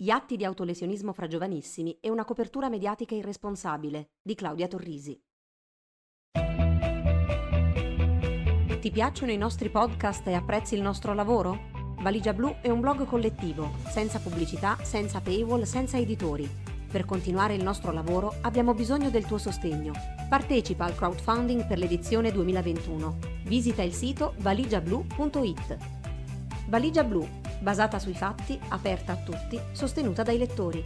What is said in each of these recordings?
Gli atti di autolesionismo fra giovanissimi e una copertura mediatica irresponsabile di Claudia Torrisi. Ti piacciono i nostri podcast e apprezzi il nostro lavoro? Valigia Blu è un blog collettivo, senza pubblicità, senza paywall, senza editori. Per continuare il nostro lavoro abbiamo bisogno del tuo sostegno. Partecipa al crowdfunding per l'edizione 2021. Visita il sito valigiablu.it. Valigia Blu, basata sui fatti, aperta a tutti, sostenuta dai lettori.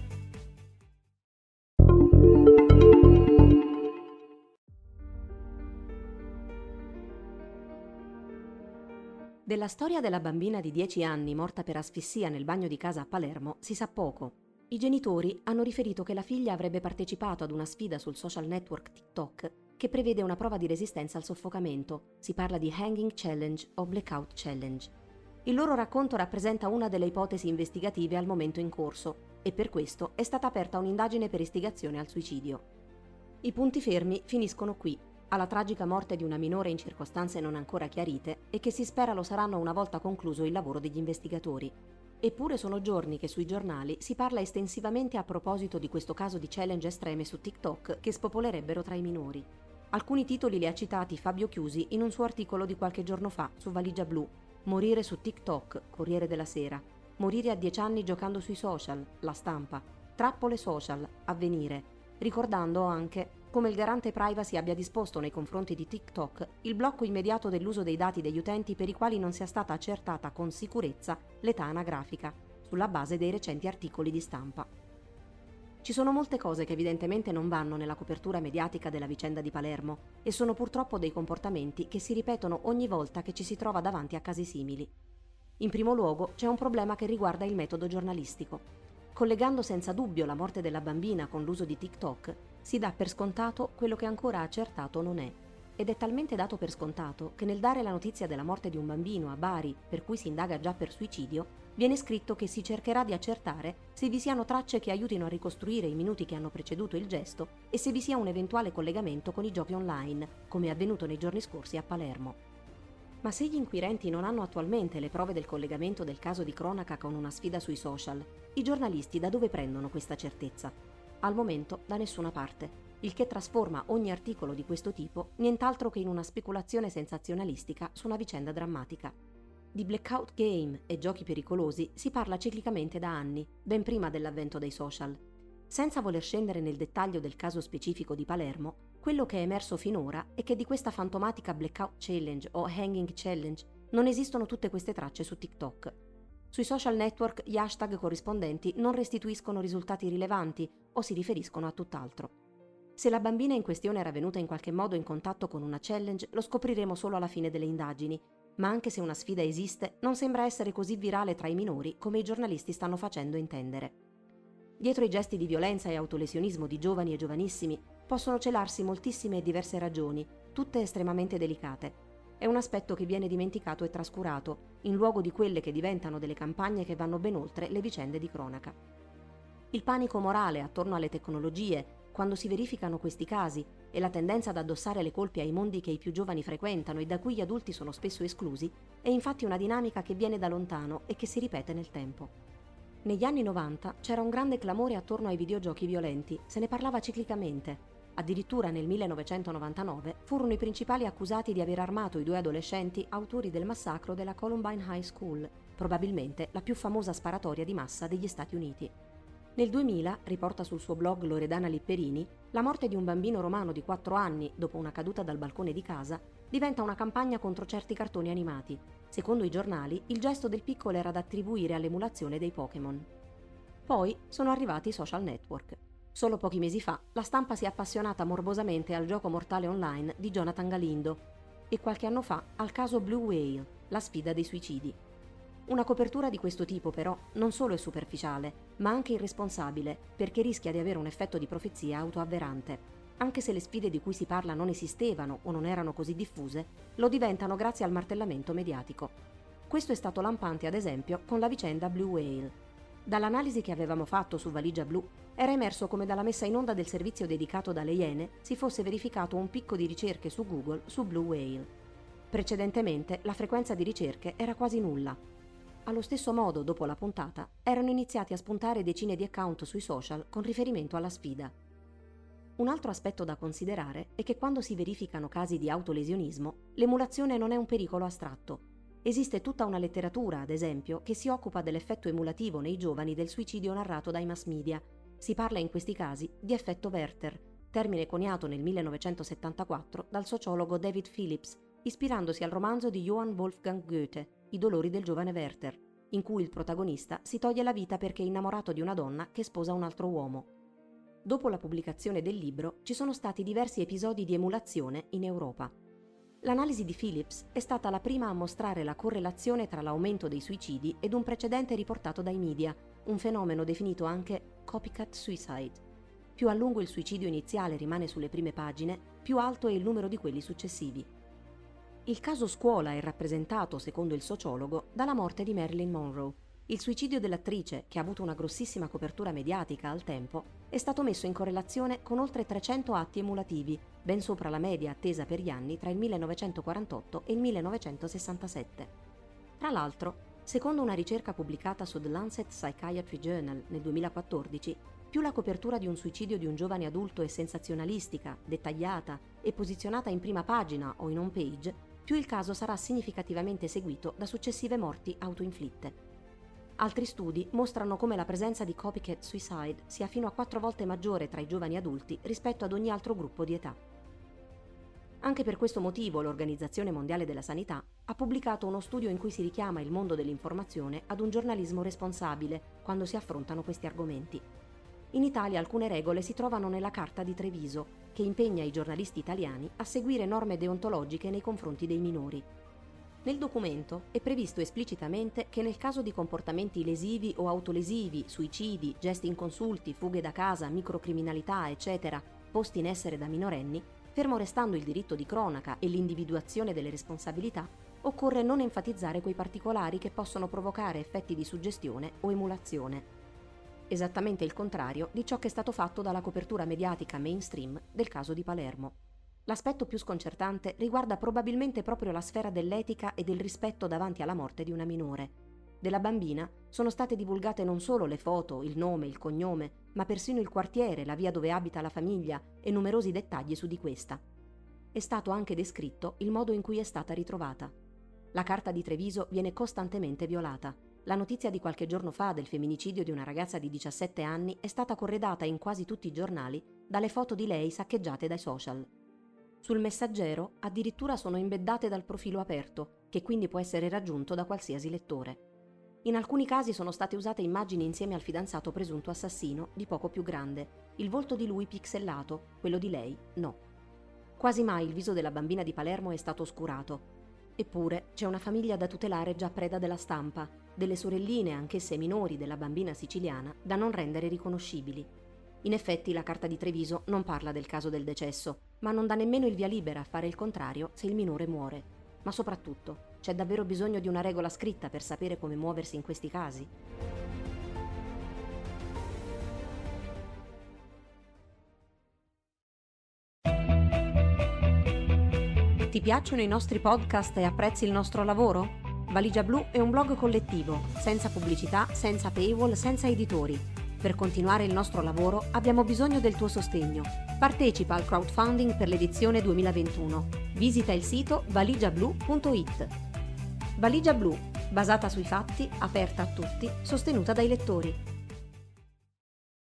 Della storia della bambina di 10 anni morta per asfissia nel bagno di casa a Palermo si sa poco. I genitori hanno riferito che la figlia avrebbe partecipato ad una sfida sul social network TikTok che prevede una prova di resistenza al soffocamento. Si parla di Hanging Challenge o Blackout Challenge. Il loro racconto rappresenta una delle ipotesi investigative al momento in corso e per questo è stata aperta un'indagine per istigazione al suicidio. I punti fermi finiscono qui, alla tragica morte di una minore in circostanze non ancora chiarite e che si spera lo saranno una volta concluso il lavoro degli investigatori. Eppure sono giorni che sui giornali si parla estensivamente a proposito di questo caso di challenge estreme su TikTok che spopolerebbero tra i minori. Alcuni titoli li ha citati Fabio Chiusi in un suo articolo di qualche giorno fa su Valigia Blu. Morire su TikTok, Corriere della Sera. Morire a 10 anni giocando sui social, La Stampa. Trappole social, Avvenire. Ricordando anche come il garante privacy abbia disposto nei confronti di TikTok il blocco immediato dell'uso dei dati degli utenti per i quali non sia stata accertata con sicurezza l'età anagrafica, sulla base dei recenti articoli di stampa. Ci sono molte cose che evidentemente non vanno nella copertura mediatica della vicenda di Palermo e sono purtroppo dei comportamenti che si ripetono ogni volta che ci si trova davanti a casi simili. In primo luogo c'è un problema che riguarda il metodo giornalistico. Collegando senza dubbio la morte della bambina con l'uso di TikTok, si dà per scontato quello che ancora accertato non è. Ed è talmente dato per scontato che nel dare la notizia della morte di un bambino a Bari, per cui si indaga già per suicidio, viene scritto che si cercherà di accertare se vi siano tracce che aiutino a ricostruire i minuti che hanno preceduto il gesto e se vi sia un eventuale collegamento con i giochi online, come è avvenuto nei giorni scorsi a Palermo. Ma se gli inquirenti non hanno attualmente le prove del collegamento del caso di cronaca con una sfida sui social, i giornalisti da dove prendono questa certezza? Al momento da nessuna parte, il che trasforma ogni articolo di questo tipo nient'altro che in una speculazione sensazionalistica su una vicenda drammatica. Di blackout game e giochi pericolosi si parla ciclicamente da anni, ben prima dell'avvento dei social. Senza voler scendere nel dettaglio del caso specifico di Palermo, quello che è emerso finora è che di questa fantomatica blackout challenge o hanging challenge non esistono tutte queste tracce su TikTok. Sui social network gli hashtag corrispondenti non restituiscono risultati rilevanti o si riferiscono a tutt'altro. Se la bambina in questione era venuta in qualche modo in contatto con una challenge, lo scopriremo solo alla fine delle indagini, ma anche se una sfida esiste, non sembra essere così virale tra i minori come i giornalisti stanno facendo intendere. Dietro i gesti di violenza e autolesionismo di giovani e giovanissimi possono celarsi moltissime e diverse ragioni, tutte estremamente delicate. È un aspetto che viene dimenticato e trascurato, in luogo di quelle che diventano delle campagne che vanno ben oltre le vicende di cronaca. Il panico morale attorno alle tecnologie, quando si verificano questi casi, e la tendenza ad addossare le colpe ai mondi che i più giovani frequentano e da cui gli adulti sono spesso esclusi, è infatti una dinamica che viene da lontano e che si ripete nel tempo. Negli anni 90 c'era un grande clamore attorno ai videogiochi violenti, se ne parlava ciclicamente. Addirittura nel 1999 furono i principali accusati di aver armato i 2 adolescenti autori del massacro della Columbine High School, probabilmente la più famosa sparatoria di massa degli Stati Uniti. Nel 2000, riporta sul suo blog Loredana Lipperini, la morte di un bambino romano di 4 anni dopo una caduta dal balcone di casa diventa una campagna contro certi cartoni animati. Secondo i giornali, il gesto del piccolo era da attribuire all'emulazione dei Pokémon. Poi sono arrivati i social network. Solo pochi mesi fa la stampa si è appassionata morbosamente al gioco mortale online di Jonathan Galindo e qualche anno fa al caso Blue Whale, la sfida dei suicidi. Una copertura di questo tipo però non solo è superficiale, ma anche irresponsabile, perché rischia di avere un effetto di profezia autoavverante. Anche se le sfide di cui si parla non esistevano o non erano così diffuse, lo diventano grazie al martellamento mediatico. Questo è stato lampante ad esempio con la vicenda Blue Whale. Dall'analisi che avevamo fatto su Valigia Blu era emerso come dalla messa in onda del servizio dedicato dalle Iene si fosse verificato un picco di ricerche su Google su Blue Whale. Precedentemente la frequenza di ricerche era quasi nulla. Allo stesso modo, dopo la puntata, erano iniziati a spuntare decine di account sui social con riferimento alla sfida. Un altro aspetto da considerare è che quando si verificano casi di autolesionismo, l'emulazione non è un pericolo astratto. Esiste tutta una letteratura, ad esempio, che si occupa dell'effetto emulativo nei giovani del suicidio narrato dai mass media. Si parla in questi casi di effetto Werther, termine coniato nel 1974 dal sociologo David Phillips, ispirandosi al romanzo di Johann Wolfgang Goethe, I dolori del giovane Werther, in cui il protagonista si toglie la vita perché è innamorato di una donna che sposa un altro uomo. Dopo la pubblicazione del libro ci sono stati diversi episodi di emulazione in Europa. L'analisi di Phillips è stata la prima a mostrare la correlazione tra l'aumento dei suicidi ed un precedente riportato dai media, un fenomeno definito anche copycat suicide. Più a lungo il suicidio iniziale rimane sulle prime pagine, più alto è il numero di quelli successivi. Il caso scuola è rappresentato, secondo il sociologo, dalla morte di Marilyn Monroe. Il suicidio dell'attrice, che ha avuto una grossissima copertura mediatica al tempo, è stato messo in correlazione con oltre 300 atti emulativi, ben sopra la media attesa per gli anni tra il 1948 e il 1967. Tra l'altro, secondo una ricerca pubblicata su The Lancet Psychiatry Journal nel 2014, più la copertura di un suicidio di un giovane adulto è sensazionalistica, dettagliata e posizionata in prima pagina o in home page, più il caso sarà significativamente seguito da successive morti autoinflitte. Altri studi mostrano come la presenza di copycat suicide sia fino a 4 volte maggiore tra i giovani adulti rispetto ad ogni altro gruppo di età. Anche per questo motivo l'Organizzazione Mondiale della Sanità ha pubblicato uno studio in cui si richiama il mondo dell'informazione ad un giornalismo responsabile quando si affrontano questi argomenti. In Italia alcune regole si trovano nella Carta di Treviso, che impegna i giornalisti italiani a seguire norme deontologiche nei confronti dei minori. Nel documento è previsto esplicitamente che nel caso di comportamenti lesivi o autolesivi, suicidi, gesti inconsulti, fughe da casa, microcriminalità, eccetera, posti in essere da minorenni, fermo restando il diritto di cronaca e l'individuazione delle responsabilità, occorre non enfatizzare quei particolari che possono provocare effetti di suggestione o emulazione. Esattamente il contrario di ciò che è stato fatto dalla copertura mediatica mainstream del caso di Palermo. L'aspetto più sconcertante riguarda probabilmente proprio la sfera dell'etica e del rispetto davanti alla morte di una minore. Della bambina sono state divulgate non solo le foto, il nome, il cognome, ma persino il quartiere, la via dove abita la famiglia e numerosi dettagli su di questa. È stato anche descritto il modo in cui è stata ritrovata. La Carta di Treviso viene costantemente violata. La notizia di qualche giorno fa del femminicidio di una ragazza di 17 anni è stata corredata in quasi tutti i giornali dalle foto di lei saccheggiate dai social. Sul Messaggero addirittura sono imbeddate dal profilo aperto, che quindi può essere raggiunto da qualsiasi lettore. In alcuni casi sono state usate immagini insieme al fidanzato presunto assassino, di poco più grande, il volto di lui pixelato, quello di lei no. Quasi mai il viso della bambina di Palermo è stato oscurato. Eppure c'è una famiglia da tutelare già preda della stampa, delle sorelline, anch'esse minori, della bambina siciliana, da non rendere riconoscibili. In effetti la Carta di Treviso non parla del caso del decesso, ma non dà nemmeno il via libera a fare il contrario se il minore muore. Ma soprattutto, c'è davvero bisogno di una regola scritta per sapere come muoversi in questi casi? Ti piacciono i nostri podcast e apprezzi il nostro lavoro? Valigia Blu è un blog collettivo, senza pubblicità, senza paywall, senza editori. Per continuare il nostro lavoro abbiamo bisogno del tuo sostegno. Partecipa al crowdfunding per l'edizione 2021. Visita il sito valigiablu.it. Valigia Blu, basata sui fatti, aperta a tutti, sostenuta dai lettori.